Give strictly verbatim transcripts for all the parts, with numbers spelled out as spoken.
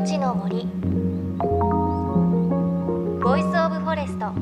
命の森ボイスオブフォレスト。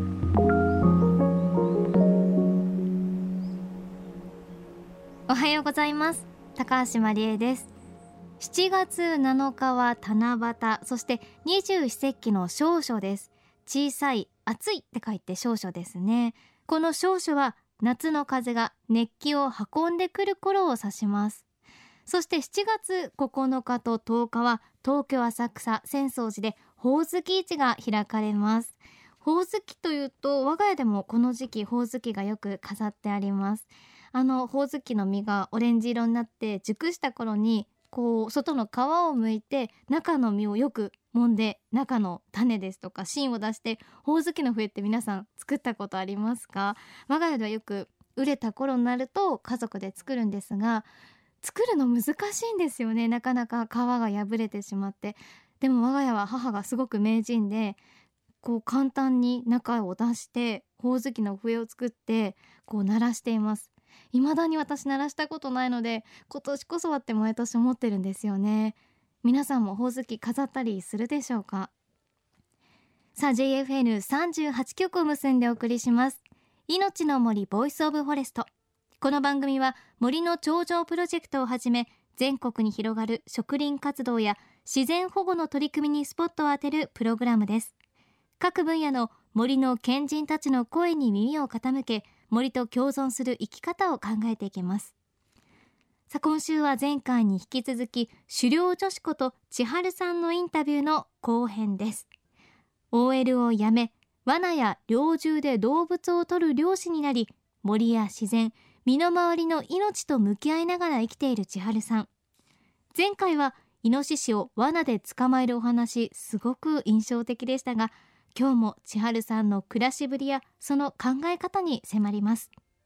おはようございます。高橋真理恵です。しちがつなのかは七夕、そして二十四節気の小暑です。小さい、暑いって書いて小暑ですね。この小暑は夏の風が熱気を運んでくる頃を指します。そしてしちがつここのかととおかは東京浅草浅草寺でほおずき市が開かれます。ほおずきというと我が家でもこの時期ほおずきがよく飾ってあります。あのほおずきの実がオレンジ色になって熟した頃にこう外の皮を剥いて中の実をよく揉んで中の種ですとか芯を出してほおずきの笛って皆さん作ったことありますか？我が家ではよく熟れた頃になると家族で作るんですが、作るの難しいんですよね。なかなか皮が破れてしまって。でも我が家は母がすごく名人で、こう簡単に中を出してほおずきの笛を作ってこう鳴らしています。未だに私鳴らしたことないので今年こそはって毎年思ってるんですよね。皆さんもほおずき飾ったりするでしょうか？さあ ジェイエフエヌさんじゅうはち 局を結んでお送りします。命の森ボイスオブフォレスト。この番組は森の頂上プロジェクトをはじめ全国に広がる植林活動や自然保護の取り組みにスポットを当てるプログラムです。各分野の森の賢人たちの声に耳を傾け、森と共存する生き方を考えていきます。さあ今週は前回に引き続き狩猟女子こと千春さんのインタビューの後編です。 オーエル をやめ罠や猟銃で動物を取る猟師になり、森や自然、身の回りの命と向き合いながら生きている千春さん。前回はイノシシを罠で捕まえるお話、すごく印象的でしたが、今日も千春さんの暮らしぶりやその考え方に迫ります。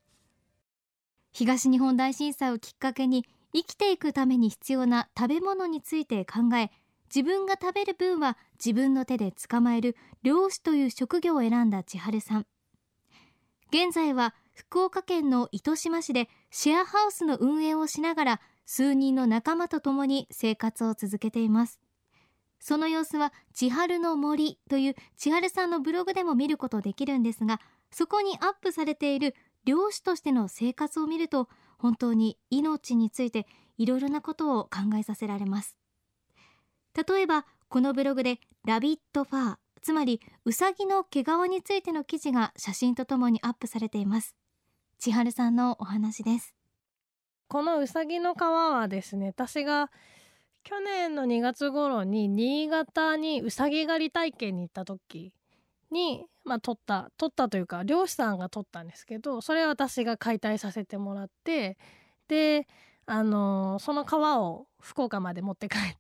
東日本大震災をきっかけに生きていくために必要な食べ物について考え、自分が食べる分は自分の手で捕まえる猟師という職業を選んだ千春さん。現在は福岡県の糸島市でシェアハウスの運営をしながら数人の仲間と共に生活を続けています。その様子は千春の森という千春さんのブログでも見ることできるんですが、そこにアップされている猟師としての生活を見ると本当に命についていろいろなことを考えさせられます。例えばこのブログでラビットファー、つまりウサギの毛皮についての記事が写真とともにアップされています。千春さんのお話です。 このうさぎの皮はですね、私が去年のにがつ頃に新潟にうさぎ狩り体験に行った時に、まあ、取った取ったというか漁師さんが取ったんですけど、それを私が解体させてもらって、で、あのーその皮を福岡まで持って帰って、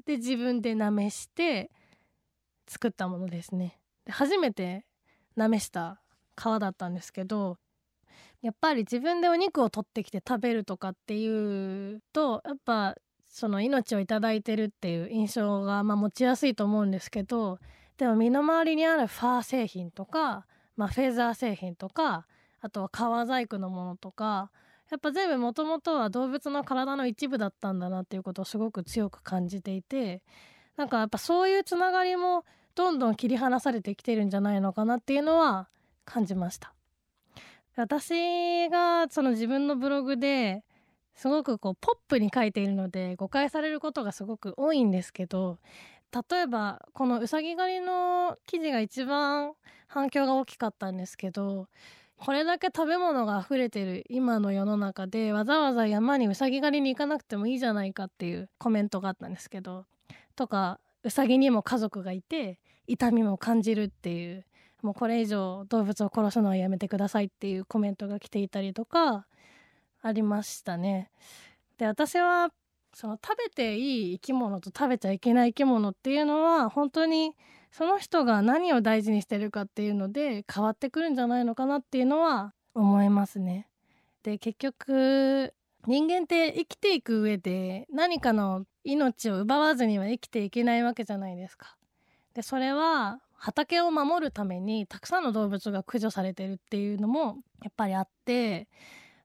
で自分でなめして作ったものですね。で初めてなめした皮だったんですけど、やっぱり自分でお肉を取ってきて食べるとかっていうと、やっぱその命をいただいてるっていう印象がまあ持ちやすいと思うんですけど、でも身の回りにあるファー製品とか、まあ、フェザー製品とか、あとは革細工のものとか、やっぱ全部もともとは動物の体の一部だったんだなっていうことをすごく強く感じていて、なんかやっぱそういうつながりもどんどん切り離されてきてるんじゃないのかなっていうのは感じました。私がその自分のブログですごくこうポップに書いているので誤解されることがすごく多いんですけど、例えばこのうさぎ狩りの記事が一番反響が大きかったんですけど、これだけ食べ物が溢れてる今の世の中でわざわざ山にうさぎ狩りに行かなくてもいいじゃないかっていうコメントがあったんですけど、とかうさぎにも家族がいて痛みも感じるっていう、もうこれ以上動物を殺すのはやめてくださいっていうコメントが来ていたりとかありましたね。で、私はその食べていい生き物と食べちゃいけない生き物っていうのは本当にその人が何を大事にしてるかっていうので変わってくるんじゃないのかなっていうのは思いますね。で、結局人間って生きていく上で何かの命を奪わずには生きていけないわけじゃないですか。で、それは畑を守るためにたくさんの動物が駆除されてるっていうのもやっぱりあって、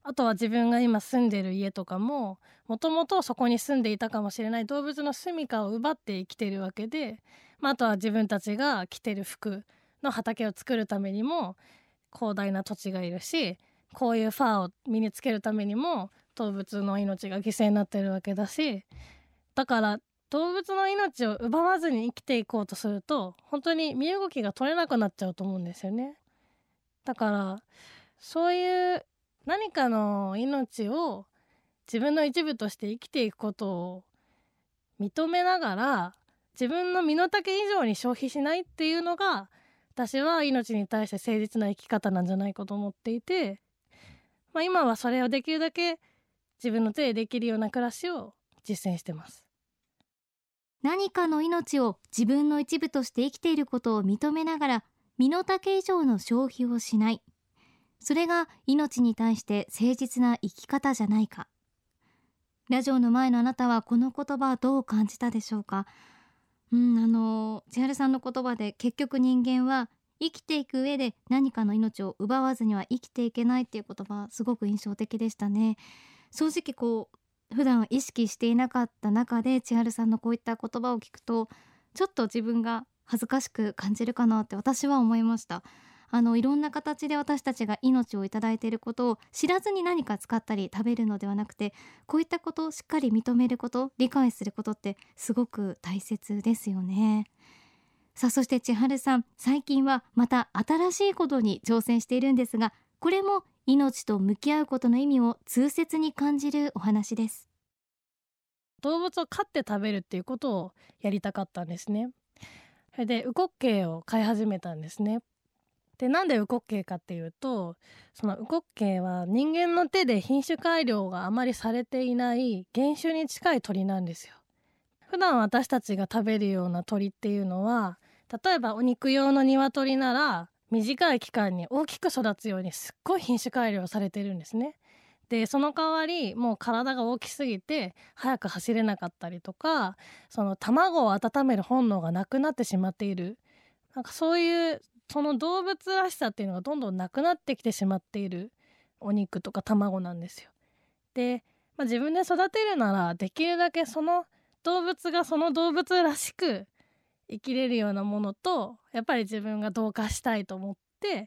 あとは自分が今住んでる家とかももともとそこに住んでいたかもしれない動物の住処を奪って生きているわけで、まあ、あとは自分たちが着てる服の畑を作るためにも広大な土地がいるし、こういうファーを身につけるためにも動物の命が犠牲になってるわけだし、だから動物の命を奪わずに生きていこうとすると本当に身動きが取れなくなっちゃうと思うんですよね。だからそういう何かの命を自分の一部として生きていくことを認めながら自分の身の丈以上に消費しないっていうのが、私は命に対して誠実な生き方なんじゃないかと思っていて、まあ、今はそれをできるだけ自分の手でできるような暮らしを実践してます。 何かの命を自分の一部として生きていることを認めながら身の丈以上の消費をしない、それが命に対して誠実な生き方じゃないか。ラジオの前のあなたはこの言葉どう感じたでしょうか。うん、あの千春さんの言葉で、結局人間は生きていく上で何かの命を奪わずには生きていけないっていう言葉、すごく印象的でしたね。正直こう普段意識していなかった中で千春さんのこういった言葉を聞くと、ちょっと自分が恥ずかしく感じるかなって私は思いました。あのいろんな形で私たちが命をいただいていることを知らずに何か使ったり食べるのではなくて、こういったことをしっかり認めること、理解することってすごく大切ですよね。さあ、そして千春さん、最近はまた新しいことに挑戦しているんですが、これも命と向き合うことの意味を痛切に感じるお話です。 動物を飼って食べるっていうことをやりたかったんですね。それでウコッケイを飼い始めたんですね。で、なんでウコッケイかっていうと、そのウコッケイは人間の手で品種改良があまりされていない原種に近い鳥なんですよ。普段私たちが食べるような鳥っていうのは、例えばお肉用の鶏なら短い期間に大きく育つようにすっごい品種改良されてるんですね。でその代わりもう体が大きすぎて速く走れなかったりとか、その卵を温める本能がなくなってしまっている、なんかそういうその動物らしさっていうのがどんどんなくなってきてしまっているお肉とか卵なんですよ。で、まあ、自分で育てるならできるだけその動物がその動物らしく生きれるようなものとやっぱり自分が同化したいと思って、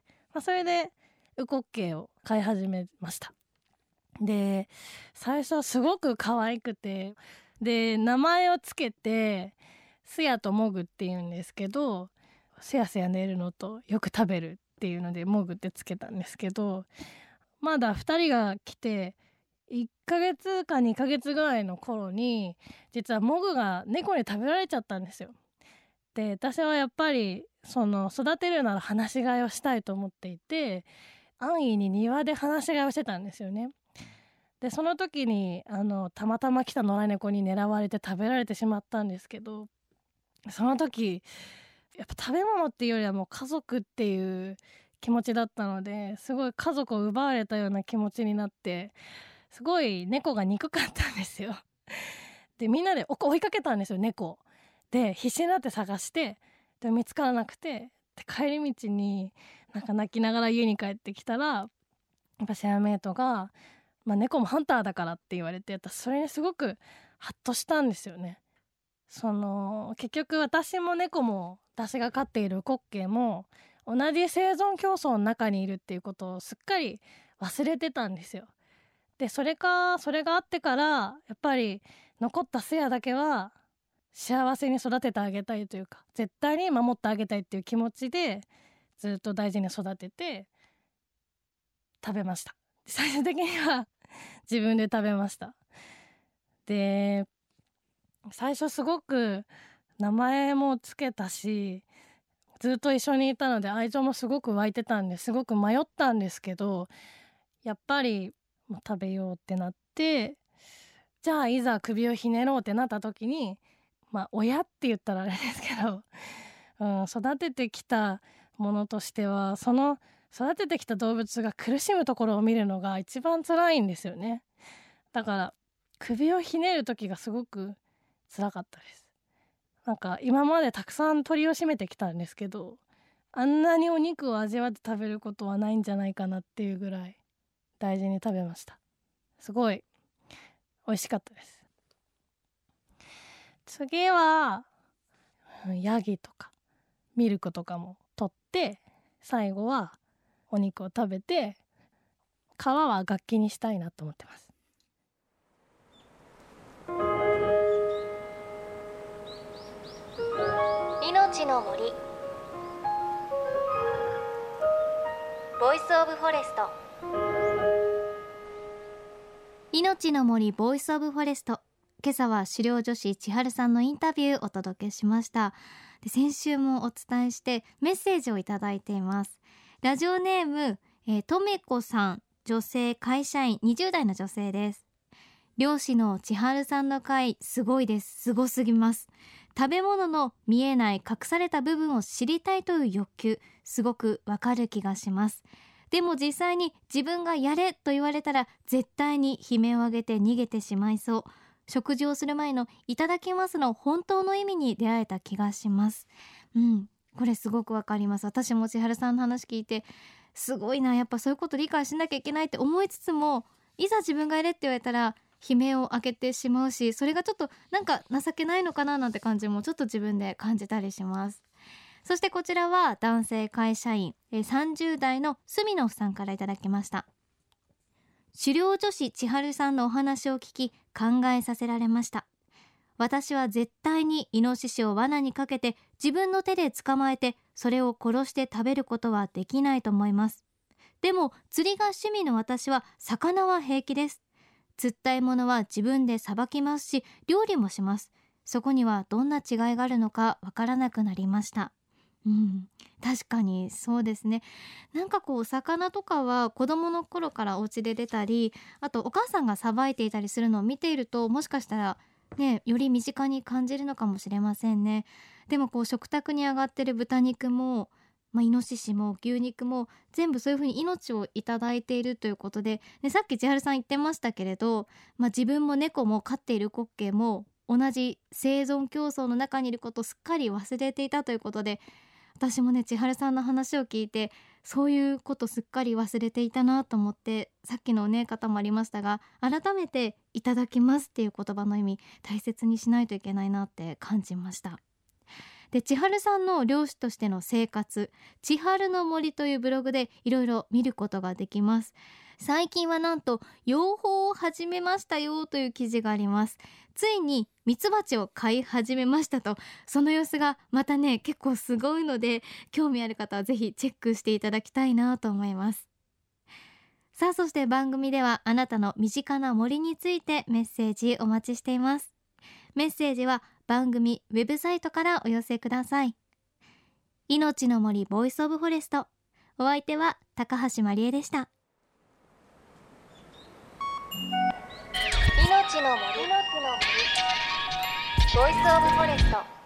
まあ、それでウコッケイを飼い始めました。で最初はすごく可愛くて、で名前をつけてスヤとモグっていうんですけど、すやすや寝るのとよく食べるっていうのでモグってつけたんですけど、まだふたりが来ていっかげつかにかげつぐらいの頃に実はモグが猫に食べられちゃったんですよ。で私はやっぱりその育てるなら放し飼いをしたいと思っていて、安易に庭で放し飼いをしてたんですよね。でその時にあのたまたま来た野良猫に狙われて食べられてしまったんですけど、その時やっぱ食べ物っていうよりはもう家族っていう気持ちだったので、すごい家族を奪われたような気持ちになって、すごい猫が憎かったんですよ。でみんなで追いかけたんですよ、猫で必死になって探して、で見つからなくて、で帰り道になんか泣きながら家に帰ってきたら、やっぱシェアメイトが、まあ、猫もハンターだからって言われて、私それにすごくハッとしたんですよね。その結局私も猫も私が飼っているウコッケイも同じ生存競争の中にいるっていうことをすっかり忘れてたんですよ。でそれかそれがあってからやっぱり残ったスヤだけは幸せに育ててあげたいというか、絶対に守ってあげたいっていう気持ちでずっと大事に育てて食べました。最終的には自分で食べました。で最初すごく名前もつけたしずっと一緒にいたので愛情もすごく湧いてたんですごく迷ったんですけど、やっぱりもう食べようってなって、じゃあいざ首をひねろうってなった時に、まあ親って言ったらあれですけど、うん、育ててきたものとしてはその育ててきた動物が苦しむところを見るのが一番辛いんですよね。だから首をひねる時がすごく辛かったです。なんか今までたくさん鳥を締めてきたんですけど、あんなにお肉を味わって食べることはないんじゃないかなっていうぐらい大事に食べました。すごい美味しかったです。次はヤギとかミルクとかも取って、最後はお肉を食べて、皮は楽器にしたいなと思ってます。 命の森、ボイスオブフォレスト。命の森ボイスオブフォレスト。今朝は狩猟女子千春さんのインタビューをお届けしました。で、先週もお伝えしてメッセージをいただいています。ラジオネーム、えー、とめこさん、女性会社員にじゅう代の女性です。漁師の千春さんの回すごいです。すごすぎます。食べ物の見えない隠された部分を知りたいという欲求、すごくわかる気がします。でも実際に自分がやれと言われたら絶対に悲鳴を上げて逃げてしまいそう。食事をする前のいただきますの本当の意味に出会えた気がします。うん、これすごくわかります。私も千春さんの話聞いて、すごいな、やっぱそういうこと理解しなきゃいけないって思いつつも、いざ自分がやれって言われたら悲鳴を上げてしまうし、それがちょっとなんか情けないのかななんて感じもちょっと自分で感じたりします。そしてこちらは男性会社員さんじゅう代のスミノフさんからいただきました。狩猟女子千春さんのお話を聞き考えさせられました。私は絶対にイノシシを罠にかけて自分の手で捕まえてそれを殺して食べることはできないと思います。でも釣りが趣味の私は魚は平気です。釣った獲物は自分でさばきますし料理もします。そこにはどんな違いがあるのかわからなくなりました。うん、確かにそうですね。なんかこうお魚とかは子供の頃からお家で出たり、あとお母さんがさばいていたりするのを見ていると、もしかしたらね、より身近に感じるのかもしれませんね。でもこう食卓に上がってる豚肉も、まあ、イノシシも牛肉も全部そういう風に命をいただいているということで、でさっき千春さん言ってましたけれど、まあ、自分も猫も飼っているコッケーも同じ生存競争の中にいることをすっかり忘れていたということで、私もね千春さんの話を聞いてそういうことすっかり忘れていたなと思って、さっきのね方もありましたが、改めていただきますっていう言葉の意味大切にしないといけないなって感じました。で、千春さんの漁師としての生活、千春の森というブログでいろいろ見ることができます。最近はなんと養蜂を始めましたよという記事があります。ついにミツバチを飼い始めましたと。その様子がまたね結構すごいので、興味ある方はぜひチェックしていただきたいなと思います。さあ、そして番組ではあなたの身近な森についてメッセージお待ちしています。メッセージは番組ウェブサイトからお寄せください。命の森ボイスオブフォレスト、お相手は高橋まりえでした。命の森ボイスオブフォレスト。